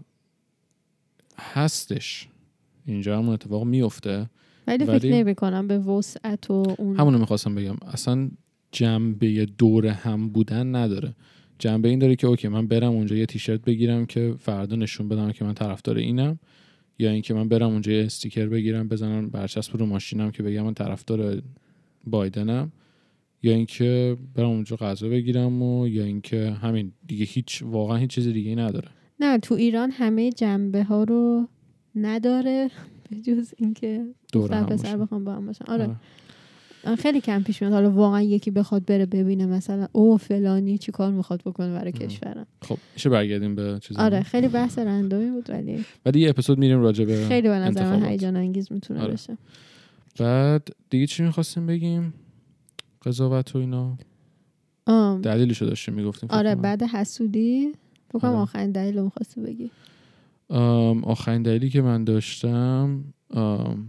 هستش. اینجا همون اتفاق میفته، ولی فکر نمی کنم به وسعت و اون. همونو میخواستم بگم، اصلا جنبه دور هم بودن نداره. جنبه این داره که اوکی من برم اونجا یه تیشرت بگیرم که فردا نشون بدم که من طرفدار اینم، یا اینکه من برم اونجا یه استیکر بگیرم بزنم برچسب رو ماشینم که بگم من طرفدار بایدنم، یا اینکه برم اونجا غذا بگیرم، و یا اینکه همین دیگه. هیچ واقعا هیچ چیز دیگه نداره. نه تو ایران همه جنبه ها رو نداره به جز اینکه دختر پسر بخوام با هم باشن. آره. آره. خیلی کم پیش میاد حالا واقعا یکی بخواد بره ببینه مثلا او فلانی چی کار میخواد بکنه برای کشورم. خب میشه برگردیم به چیزا. آره خیلی بحث رندومی بود ولی ولی یه اپیزود میریم راجع به خیلی به نظر من هیجان انگیز میتونه آره. بشه. بعد دیگه چی میخواستیم بگیم؟ قضاوت و اینا آم. دلیلشو داشتیم میگفتیم. آره بعد حسودی بکنم آره. آخرین دلیل رو میخواستی بگی. آم آخرین دلیلی که من داشتم آم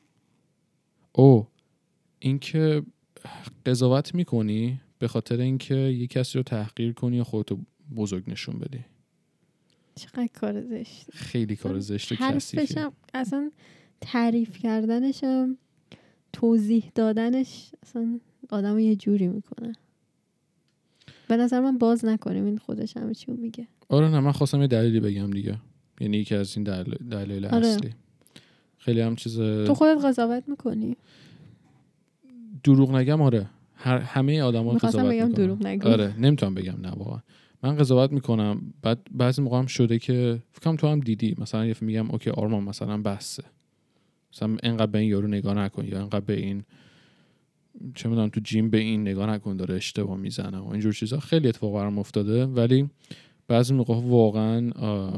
او اینکه قضاوت میکنی به خاطر اینکه یک کسی رو تحقیر کنی یا خودتو بزرگ نشون بدی. چقدر کار زشت. خیلی کار زشت و کثیفه. حرفشم اصلا تعریف کردنشم توضیح دادنش اصلا آدمو یه جوری میکنه. به نظر من باز نکنیم این خودش همه چیو میگه. آره نه من خواستم یه دلیلی بگم دیگه، یعنی یکی از این دلیل دلایل آره. اصلی. خیلی هم چیز تو خودت قضاوت میکنی؟ دروغ نگم آره، هر همه آدما قضاوت میکنن. میخواستم بگم دروغ نگم. آره نمیتونم بگم نه واقعا. من قضاوت میکنم، بعد بعضی موقع هم شده که فکر کنم تو هم دیدی مثلا یه میگم اوکی آرمان مثلا بسه، مثلا اینقدر به این یارو نگاه نکن، یا اینقدر به این چه میدونم تو جیم به این نگاه نکن داره اشتباه میزنه و اینجور چیزا. خیلی اتفاق برام افتاده، ولی بعضی موقع واقعا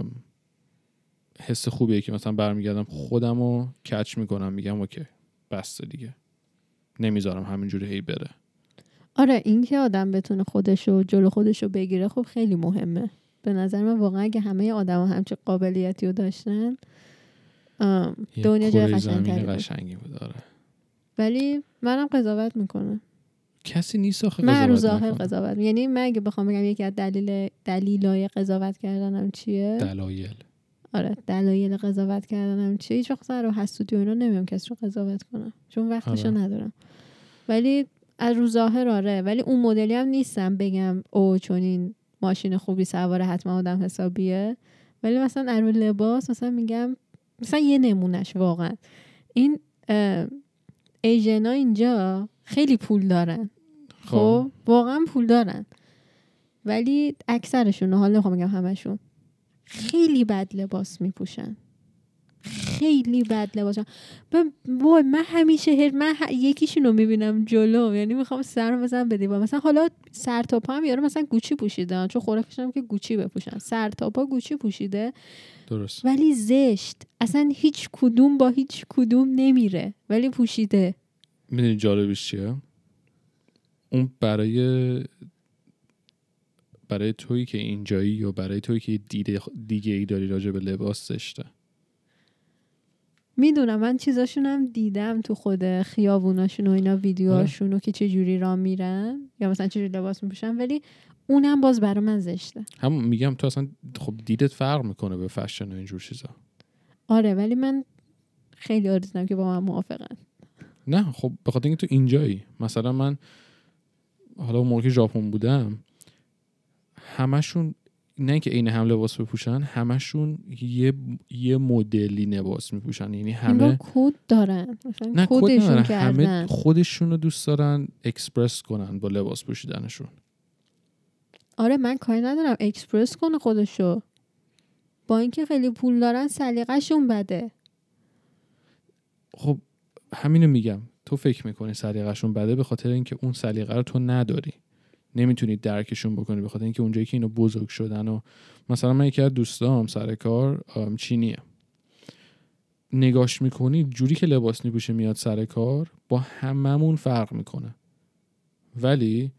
حس خوبیه که مثلا برمیگردم خودمو کچ میکنم، میگم اوکی بس دیگه، نمیذارم همینجوری هی بره. آره این که آدم بتونه خودشو جلو خودشو بگیره خب خیلی مهمه به نظر من. واقعا اگه همه آدما همچین قابلیتی رو داشتن دنیا جای قشنگتری بود. قشنگی بود آره. ولی منم قضاوت میکنم. کسی نیست آخه قضاوت من رو ظاهر قضاوت، یعنی من اگه بخوام بگم یکی از دلیل دلیلای قضاوت کردنم چیه؟ دلایل. آره دلایل قضاوت کردنم چیه؟ هیچ وقت سر رو حسودی و اینا نمیام کسی رو قضاوت کنم چون وقتشو آره. ندارم. ولی از رو ظاهر آره، ولی اون مدلی هم نیستم بگم او چون این ماشین خوبی سواره حتما آدم حسابیه. ولی مثلا از رو لباس مثلا میگم مثلا یه نمونش واقعا این ایژنا اینجا خیلی پول دارن. خب واقعا پول دارن ولی اکثرشون، حالا نمیخوام بگم همشون، خیلی بد لباس میپوشن. خیلی بد لباسن. وای من همیشه هر من ه... یکیشون رو میبینم جلو، یعنی میخوام سرم بزنم به دیوار. مثلا حالا سر تا پا هم یارو مثلا گوچی پوشیدن چون خوراکش هم که گوچی بپوشن، سر تا پا گوچی پوشیده درست، ولی زشت، اصلا هیچ کدوم با هیچ کدوم نمیره ولی پوشیده. میدونی جالبش چیه؟ اون برای برای تویی که اینجایی یا برای تویی که دیده دیگه ای داری راجع به لباس زشته. میدونم من چیزاشون هم دیدم تو خود خیابوناشون و اینا، ویدیوهاشون رو که چه جوری راه میرن یا مثلا چه جوری لباس میپوشن، ولی اونم باز برای من زشته. همون میگم تو اصلا خب دیدت فرق میکنه به فشن و اینجور چیزا. آره ولی من خیلی آرزوام که با من موافقن. نه خب به خاطر اینکه تو اینجایی، مثلا من حالا موقعی که ژاپن بودم همشون نه که عین هم لباس بپوشن، همشون یه یه مدلی لباس میپوشن، یعنی همه کد دارن، نه کد ندارن، همه خودشون رو دوست دارن اکسپرس کنن با لباس پوشیدنشون. آره من کاری ندارم اکسپرس کنه خودشو، با اینکه خیلی پول دارن سلیقه‌شون بده. خب همینو میگم، تو فکر میکنی سلیقه‌شون بده به خاطر اینکه اون سلیقه رو تو نداری، نمیتونی درکشون بکنی، به خاطر اینکه اونجایی که اینو بزرگ شدن. و مثلا من یکی از دوستام سر کار چینیه، نگاش میکنی جوری که لباس میپوشه میاد سر کار با هممون فرق میکنه، ولی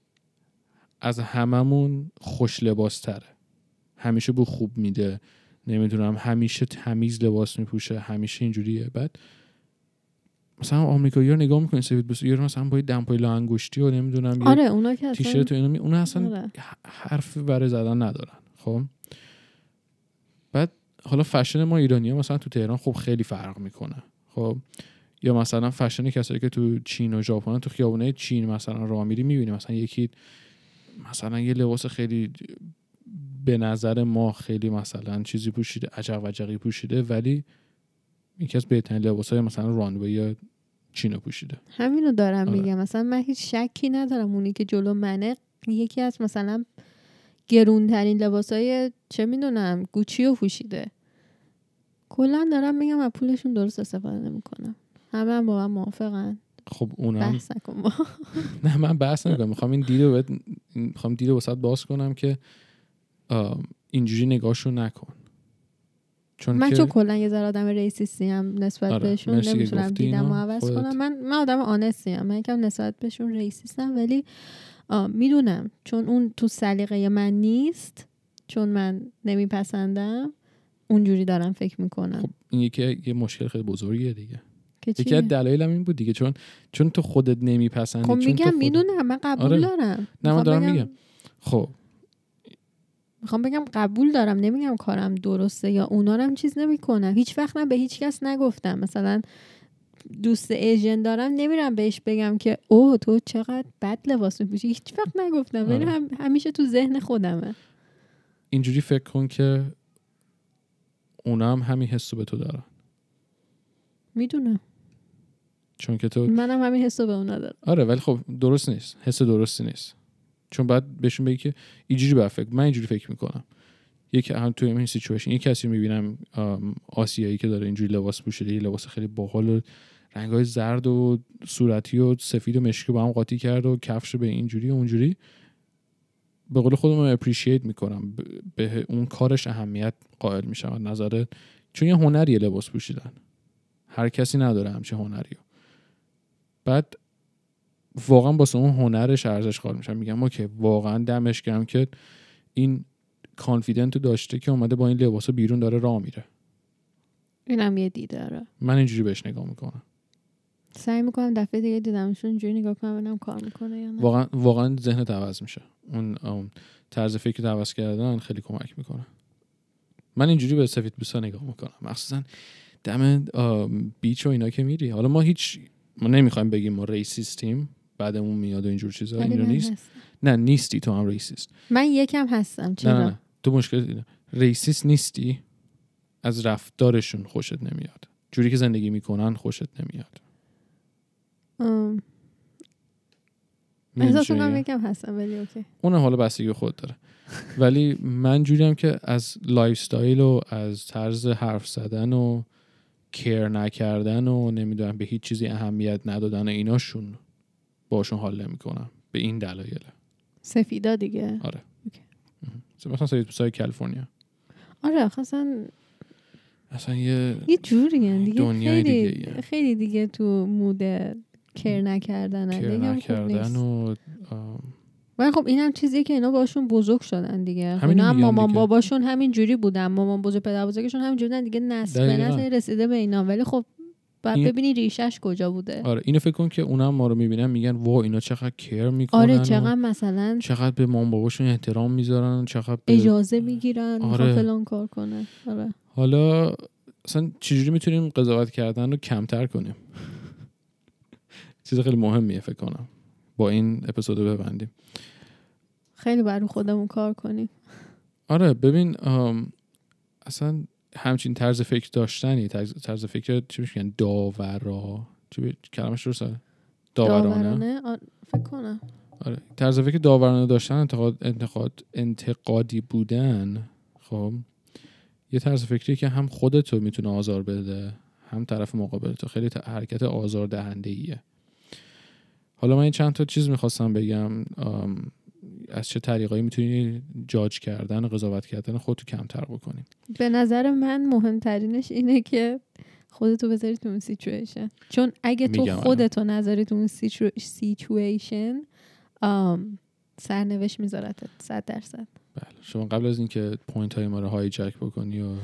از هممون خوش لباس تره، همیشه بو خوب میده، نمیدونم همیشه تمیز لباس میپوشه، همیشه اینجوریه. بعد مثلا آمریکایی‌ها نگاه میکنین سفید پوستا یارو مثلا با دمپای لا انگشتی و نمیدونم آره اونا که تیشرت و اینا می... اونا اصلا آره. حرف برای زدن ندارن. خب بعد حالا فشن ما ایرانی‌ها مثلا تو تهران خب خیلی فرق میکنه. خب یا مثلا فشن کسایی که تو چین و ژاپن تو خیابونه چین مثلا راه میری میبینی مثلا یکی مثلا یه لباس خیلی به نظر ما خیلی مثلا چیزی پوشیده، عجق وجقی پوشیده، ولی یکی از بهترین لباسای مثلا رانوی یا چینو پوشیده. همینو دارم آره. میگم، مثلا من هیچ شکی ندارم اونی که جلو منه یکی از مثلا گرونترین لباسای چه میدونم گوچی رو پوشیده. کلا دارم میگم از پولشون درست استفاده نمیکنم. همه هم با هم موافقن. خب اونم بحث نکن با نه من بحث نمیکنم، میخوام این دیدو بهت میخوام دیدو واسط باز کنم که اینجوری نگاهشو نکن. چون من که چون کلا یه ذره آدم ریسیستی هم نسبت آره. بهشون نمیتونم دیدم و عوض خودت. کنم. من من آدم آنستی ام، من یکم نسبت بهشون ریسیستم، ولی میدونم چون اون تو سلیقه من نیست، چون من نمیپسندم اونجوری دارم فکر میکنم. خب این یکی یه مشکل خیلی بزرگیه دیگه. یکی از دلایلم این بود دیگه، چون چون تو خودت نمیپسندی. خب میگم خودت... میدونم من قبول آره. دارم. نه من دارم بگم... میگم خب میخوام بگم قبول دارم، نمیگم کارم درسته یا اونا رو هم چیز نمیکنم. هیچ وقت من به هیچ کس نگفتم مثلا دوست ایژن دارم نمیرم بهش بگم که او تو چقدر بد لباس میپوشی، هیچ وقت نگفتم، ولی آره. هم همیشه تو ذهن خودمه. اینجوری فکر کن که اونا هم همین حسو به تو دارن. میدونم چون که تو منم همین حسو به اونا دارم. آره ولی خب درست نیست، حس درستی نیست. چون بعد بهشون بگی که اینجوری بر فکر، من اینجوری فکر میکنم. یکی هم توی این سیچویشن یک کسی میبینم آسیایی که داره اینجوری لباس پوشیده، یه لباس خیلی باحال و رنگای زرد و صورتی و سفید و مشکی با هم قاطی کرد و کفش به اینجوری و اونجوری، به قول خودم اپریشییت میکنم، به اون کارش اهمیت قائل میشم از نظر، چون یه هنریه لباس پوشیدن، هر کسی نداره همچین هنریو. بعد واقعا واسه اون هنرش ارزش قائل میشم، میگم اوکی واقعا دمش گرم که این کانفیدنت داشته که اومده با این لباسا بیرون داره راه میره. اینم یه دیده داره. من اینجوری بهش نگاه میکنم. سعی میکنم دفعه دیگه دیدمشون اینجوری نگاه کنم ببینم کار میکنه یا نه. واقعا واقعا ذهنت عوض میشه. اون, اون طرز فکر رو عوض کردن خیلی کمک میکنه. من اینجوری به سفید پوستا نگاه میکنم، مخصوصا دم بیچ و اینا که میری. حالا ما هیچ ما نمیخوایم بگیم ما ریسیستیم، بعدمون میاد و اینجور چیزا، اینو نیست. هستم. نه نیستی، تو هم ریسیست. من یکم هستم. چرا؟ نه نه, نه. تو مشکل اینه. ریسیست نیستی، از رفتارشون خوشت نمیاد، جوری که زندگی میکنن خوشت نمیاد. ام. احساس میکنم یکم هستم ولی اوکی. اون حالا بستگی به خود داره. ولی من جوریم که از لایف استایل و از طرز حرف زدن و کیر نکردن و نمیدونم به هیچ چیزی اهمیت ندادن ایناشون باشون حال نمیکنم، به این دلایل. سفیدا دیگه. آره. اوکی. مثلا سفید پوستای کالیفرنیا. آره اصلا اصلا یه یه جوریه دیگه، دنیای خیلی دیگه خیلی دیگه تو مود کیر نکردن کیر نکردن و ولی خب اینم چیزیه که اینا باشون بزرگ شدن دیگه. اینا هم مامان دیگه. باباشون همین جوری بودن، مامان بزرگ پدر بزرگشون همین جوری بودن دیگه، نسل به نسل رسیده به اینا. ولی خب بعد این... ببینی ریشش کجا بوده. آره اینو فکر کن که اونا ما رو میبینن میگن وا اینا چقدر کیر میکنن. آره چقدر مثلا چقدر به مامان باباشون احترام میذارن، چقدر به... اجازه میگیرن آره. میخوان فلان کار کنن. آره حالا اصلا چجوری میتونیم قضاوت کردن رو کمتر کنیم؟ چیز خیلی مهمیه فکر کنم با این اپیزودو ببندیم. خیلی برای خودمون کار کنیم. آره ببین اصلا همچین طرز فکر داشتنی، طرز, طرز فکر چی میگن داورا، چی کلمش درسته؟ داورانه, داورانه؟ آره فکر کنم. آره طرز فکر داورانه داشتن، انتقاد انتقاد انتقادی بودن، خب یه طرز فکری که هم خودتو میتونه آزار بده، هم طرف مقابل تو. خیلی حرکت آزاردهنده ایه. حالا من چند تا چیز میخواستم بگم از چه طریقایی میتونی جاج کردن و قضاوت کردن خودتو کمتر بکنی. به نظر من مهمترینش اینه که خودتو بذاری تو اون سیچویشن، چون اگه تو خودتو نذاری تو اون سیچویشن سرنوشت میذارتت صد درصد. بله شما قبل از اینکه پوینت های ما رو هایجک بکنی و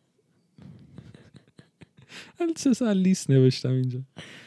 سه سال لیست نوشتم اینجا.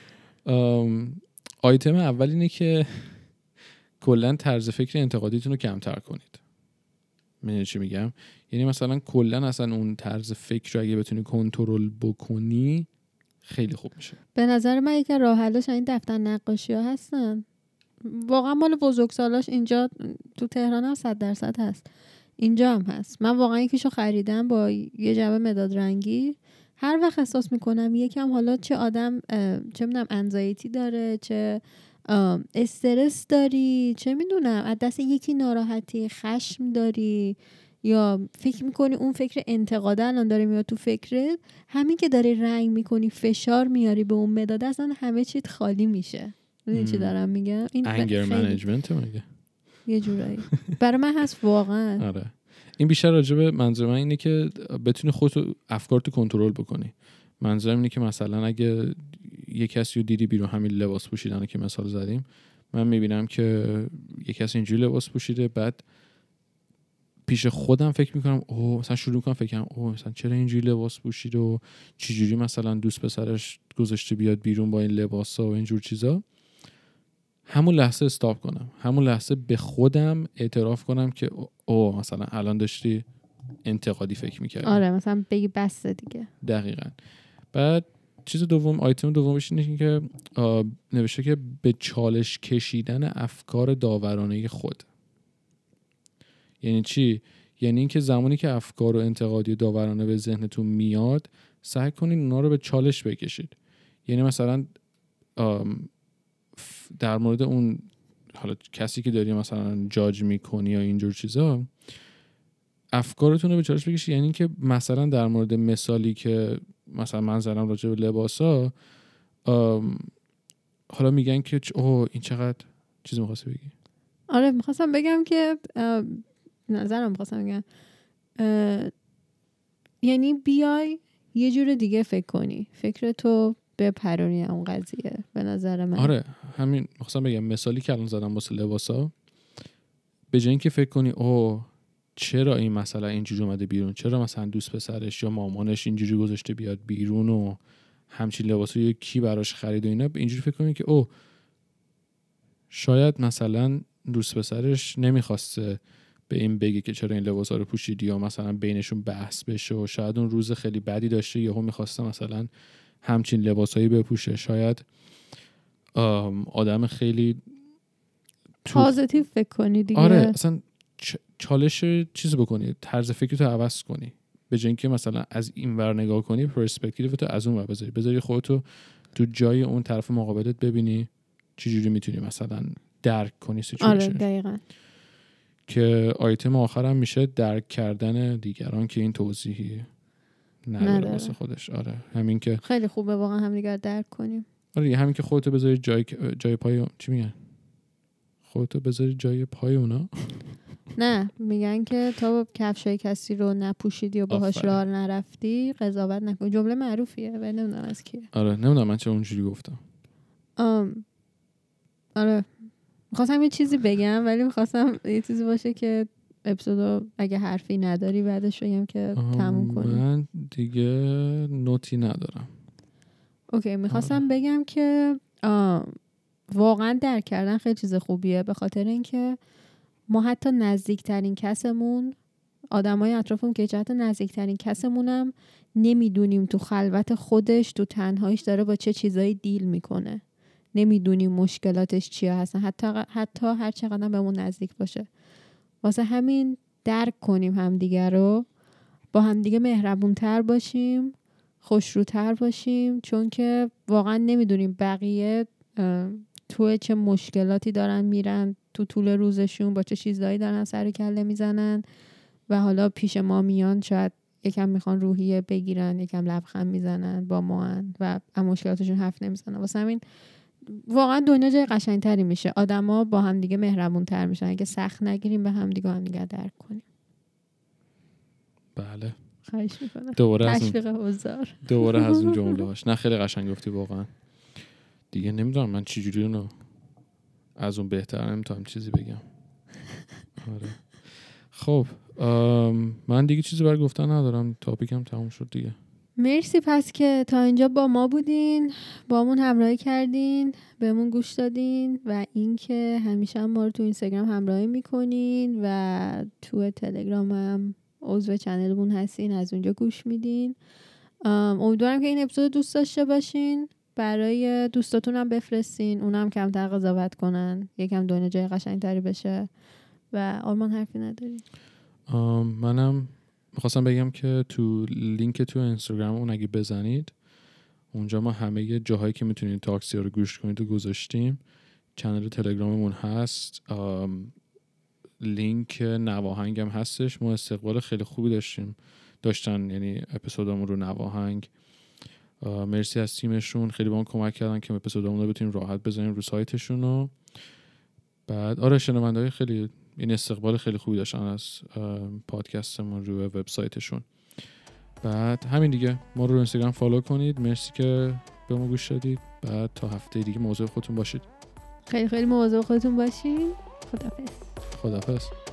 آیتم اول اینه که کلا طرز فکر انتقادیتون رو کمتر کنید. من چی میگم؟ یعنی مثلا کلا اصلا اون طرز فکر رو اگه بتونی کنترل بکنی خیلی خوب میشه. به نظر من یکی راه حلش این دفتر نقاشی ها هستن. واقعا مال بزرگسالاش اینجا تو تهران هم صد درصد هست، اینجا هم هست. من واقعا یکیشو خریدم با یه جعبه مداد رنگی. هر وقت احساس میکنم یکم حالا چه آدم چه میدونم انزایتی داره، چه استرس داری، چه میدونم از دست یکی ناراحتی، خشم داری، یا فکر میکنی اون فکر انتقاده الان داره میاد تو فکرت، همین که داری رنگ میکنی فشار میاری به اون مداد اصلا همه چیت خالی میشه. میدونی چی دارم میگم؟ این انگر منیجمنت میگه یه جورایی برای من هست واقعا. آره این بیشتر راجبه منظور من اینه که بتونی خودت افکارتو کنترل بکنی. منظورم اینه که مثلا اگه یه کسی رو دیدی بیرون همین لباس پوشیدن که مثال زدیم، من میبینم که یه کسی اینجوری لباس پوشیده، بعد پیش خودم فکر میکنم اوه مثلا شروع میکنم فکر کنم اوه مثلا چرا اینجوری لباس پوشیده و چجوری مثلا دوست پسرش گذاشته بیاد بیرون با این لباسا و اینجور چیزا. همون لحظه استاپ کنم، همون لحظه به خودم اعتراف کنم که اوه مثلا الان داشتی انتقادی فکر میکردی. آره مثلا بگی بس دیگه. دقیقاً. بعد چیز دوم، آیتم دومش اینه که نوشته که به چالش کشیدن افکار داورانه خود. یعنی چی؟ یعنی اینکه زمانی که افکار و انتقادی داورانه به ذهنتون میاد سعی کنین اونا رو به چالش بکشید. یعنی مثلا در مورد اون حالا کسی که داری مثلا جاج میکنی یا اینجور چیزا افکارتون رو به چالش بکشید. یعنی اینکه مثلا در مورد مثالی که مثلا من زدم راجع به لباسا، حالا میگن که اوه این چقدر چیز می‌خواستی بگی؟ آره میخواستم بگم که نظرم میخواستم بگم یعنی بیای یه جور دیگه فکر کنی، فکر تو بپرونی اون قضیه. به نظر من آره همین میخواستم بگم مثالی که الان زدم واسه لباسا، به جای اینکه فکر کنی اوه چرا این مسئله اینجوری اومده بیرون، چرا مثلا دوست پسرش یا مامانش اینجوری گذاشته بیاد بیرون و همچین لباسو کی براش خرید و اینا، اینجوری فکر کنی که اوه شاید مثلا دوست پسرش نمیخواسته به این بگه که چرا این لباسا رو پوشیدی، یا مثلا بینشون بحث بشه و شاید اون روز خیلی بدی داشته یهو میخواسته مثلا همچین لباسایی بپوشه. شاید آدم خیلی پازیتیو فکر کنی دیگه. آره اصلا چالش چیز بکنی، طرز فکرتو عوض کنی، به جای اینکه مثلا از این ور نگاه کنی پرسپکتیوتو از اون ور بذاری، بذاری خودتو تو جای اون طرف مقابلت ببینی چجوری میتونی مثلا درک کنی سیچویشن. آره دقیقاً. که آیتم آخرم میشه درک کردن دیگران که این توضیحی نداره واسه خودش. آره همین که خیلی خوبه واقعا هم دیگر درک کنیم. آره همین که خودتو بذاری جای جای پای چی میگن؟ خودتو بذاری جای پای اونا. نه میگن که تا کفشای کسی رو نپوشیدی و باهاش راه نرفتی قضاوت نکن. جمله معروفیه ولی نمیدونم از کیه. آره نمیدونم من چرا اونجوری گفتم. ام آره میخواستم یه چیزی بگم ولی میخواستم یه چیزی باشه که اپیزودو اگه حرفی نداری بعدش بگم که تموم کنیم. من دیگه نوتی ندارم. اوکی میخواستم بگم که واقعا درک کردن خیلی چیز خوبیه، به خاطر اینکه ما حتی نزدیکترین کسمون، آدمای اطرافمون که حتی نزدیکترین کسمونم نمیدونیم تو خلوت خودش تو تنهاییش داره با چه چیزایی دیل میکنه، نمیدونیم مشکلاتش چیه هستن، حتی حتی هر چقدر بهمون نزدیک باشه. واسه همین درک کنیم همدیگه رو، با همدیگه مهربونتر باشیم، خوشروتر باشیم، چون که واقعا نمیدونیم بقیه تو چه مشکلاتی دارن میرن تو طول روزشون، با چه چیزایی دارن سر کله میزنن و حالا پیش ما میان شاید یکم میخوان روحیه بگیرن، یکم لبخند میزنن با ما و مشکلاتشون حرف نمیزنن. واسه همین واقعا دنیا جای قشنگتری میشه، آدما با هم دیگه مهربون تر میشن اگه سخت نگیریم به هم دیگه هم دیگه درک کنیم. بله خواهش میکنم. دوباره از تشویق حضار دوباره از اون جمله هاش. نه خیلی قشنگ گفتی واقعا. دیگه نمیدونم من چی جوری اونو از اون بهتر نمیتونم چیزی بگم. آره خب من دیگه چیزی برای گفتن ندارم، تاپیکم تموم شد دیگه. مرسی پس که تا اینجا با ما بودین، با همون همراهی کردین، بهمون گوش دادین و اینکه همیشه هم ما رو تو اینستاگرام همراهی میکنین و تو تلگرام هم عضو چنلمون هستین، از اونجا گوش میدین. امیدوارم که این اپیزود دوست داشته باشین، برای دوستاتون هم بفرستین، اونم کمتر قضاوت کنن، یکم دنیا جای قشنگتری بشه. و آرمان حرفی نداری؟ منم میخواستم بگم که تو لینک تو اینستاگرام اون اگه بزنید اونجا ما همه جاهایی که میتونید تاکسی ها رو گوش کنید و گذاشتیم. چنل تلگراممون هست، لینک نواهنگ هم هستش. ما استقبال خیلی خوبی داشتیم داشتن یعنی اپیزودامون رو نواهنگ. مرسی از تیمشون، خیلی با ما کمک کردن که اپیزودامون رو بتونیم راحت بزنیم رو سایتشون. و بعد آره شنونده‌های خیلی این استقبال خیلی خوبی داشتن از پادکستمون روی وبسایتشون. بعد همین دیگه، ما رو اینستاگرام فالو کنید. مرسی که به ما گوش دادید. بعد تا هفته دیگه مواظب خودتون باشید. خیلی خیلی مواظب خودتون باشین. خداحافظ. خداحافظ.